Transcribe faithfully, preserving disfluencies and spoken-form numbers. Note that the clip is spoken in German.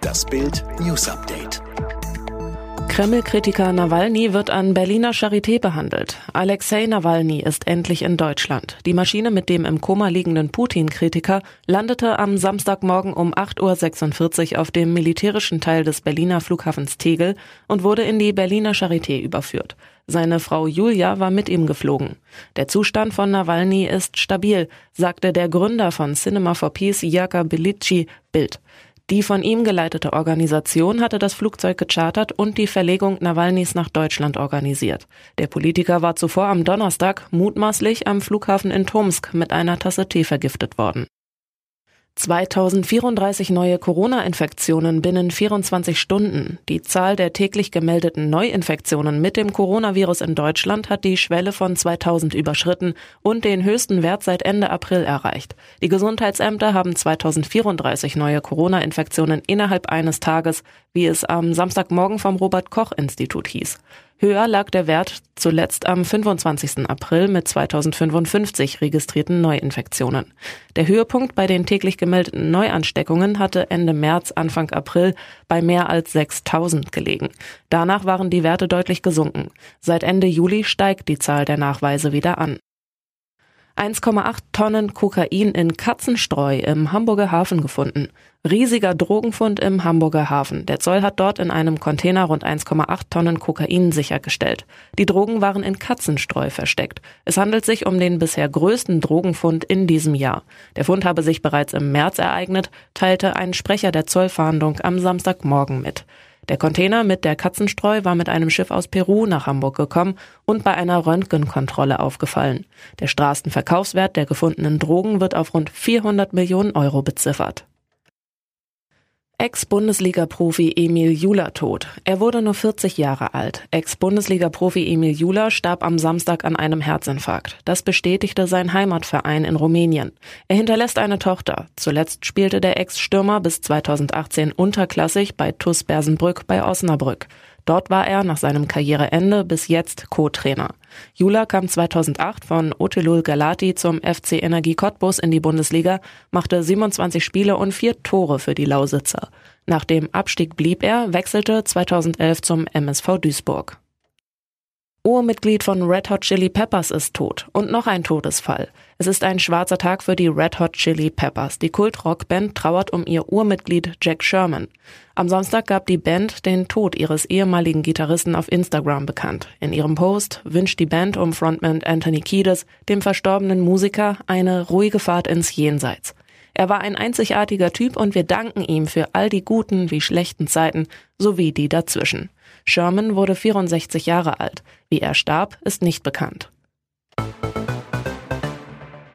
Das Bild News Update. Kreml-Kritiker Nawalny wird an Berliner Charité behandelt. Alexei Nawalny ist endlich in Deutschland. Die Maschine mit dem im Koma liegenden Putin-Kritiker landete am Samstagmorgen um acht Uhr sechsundvierzig auf dem militärischen Teil des Berliner Flughafens Tegel und wurde in die Berliner Charité überführt. Seine Frau Julia war mit ihm geflogen. Der Zustand von Nawalny ist stabil, sagte der Gründer von Cinema for Peace, Jaka Belitschi, Bild. Die von ihm geleitete Organisation hatte das Flugzeug gechartert und die Verlegung Nawalnys nach Deutschland organisiert. Der Politiker war zuvor am Donnerstag mutmaßlich am Flughafen in Tomsk mit einer Tasse Tee vergiftet worden. zweitausendvierunddreißig neue Corona-Infektionen binnen vierundzwanzig Stunden. Die Zahl der täglich gemeldeten Neuinfektionen mit dem Coronavirus in Deutschland hat die Schwelle von zweitausend überschritten und den höchsten Wert seit Ende April erreicht. Die Gesundheitsämter haben zweitausendvierunddreißig neue Corona-Infektionen innerhalb eines Tages, wie es am Samstagmorgen vom Robert-Koch-Institut hieß. Höher lag der Wert zuletzt am fünfundzwanzigsten April mit zweitausendfünfundfünfzig registrierten Neuinfektionen. Der Höhepunkt bei den täglich gemeldeten Neuansteckungen hatte Ende März, Anfang April bei mehr als sechstausend gelegen. Danach waren die Werte deutlich gesunken. Seit Ende Juli steigt die Zahl der Nachweise wieder an. eins Komma acht Tonnen Kokain in Katzenstreu im Hamburger Hafen gefunden. Riesiger Drogenfund im Hamburger Hafen. Der Zoll hat dort in einem Container rund eins Komma acht Tonnen Kokain sichergestellt. Die Drogen waren in Katzenstreu versteckt. Es handelt sich um den bisher größten Drogenfund in diesem Jahr. Der Fund habe sich bereits im März ereignet, teilte ein Sprecher der Zollfahndung am Samstagmorgen mit. Der Container mit der Katzenstreu war mit einem Schiff aus Peru nach Hamburg gekommen und bei einer Röntgenkontrolle aufgefallen. Der Straßenverkaufswert der gefundenen Drogen wird auf rund vierhundert Millionen Euro beziffert. Ex-Bundesliga-Profi Emil Jula tot. Er wurde nur vierzig Jahre alt. Ex-Bundesliga-Profi Emil Jula starb am Samstag an einem Herzinfarkt. Das bestätigte sein Heimatverein in Rumänien. Er hinterlässt eine Tochter. Zuletzt spielte der Ex-Stürmer bis zweitausendachtzehn unterklassig bei T U S Bersenbrück bei Osnabrück. Dort war er nach seinem Karriereende bis jetzt Co-Trainer. Jula kam zweitausendacht von Otelul Galati zum F C Energie Cottbus in die Bundesliga, machte siebenundzwanzig Spiele und vier Tore für die Lausitzer. Nach dem Abstieg blieb er, wechselte zweitausendelf zum M S V Duisburg. Urmitglied von Red Hot Chili Peppers ist tot und noch ein Todesfall. Es ist ein schwarzer Tag für die Red Hot Chili Peppers. Die Kult-Rockband trauert um ihr Urmitglied Jack Sherman. Am Samstag gab die Band den Tod ihres ehemaligen Gitarristen auf Instagram bekannt. In ihrem Post wünscht die Band um Frontman Anthony Kiedis, dem verstorbenen Musiker, eine ruhige Fahrt ins Jenseits. Er war ein einzigartiger Typ und wir danken ihm für all die guten wie schlechten Zeiten sowie die dazwischen. Sherman wurde vierundsechzig Jahre alt. Wie er starb, ist nicht bekannt.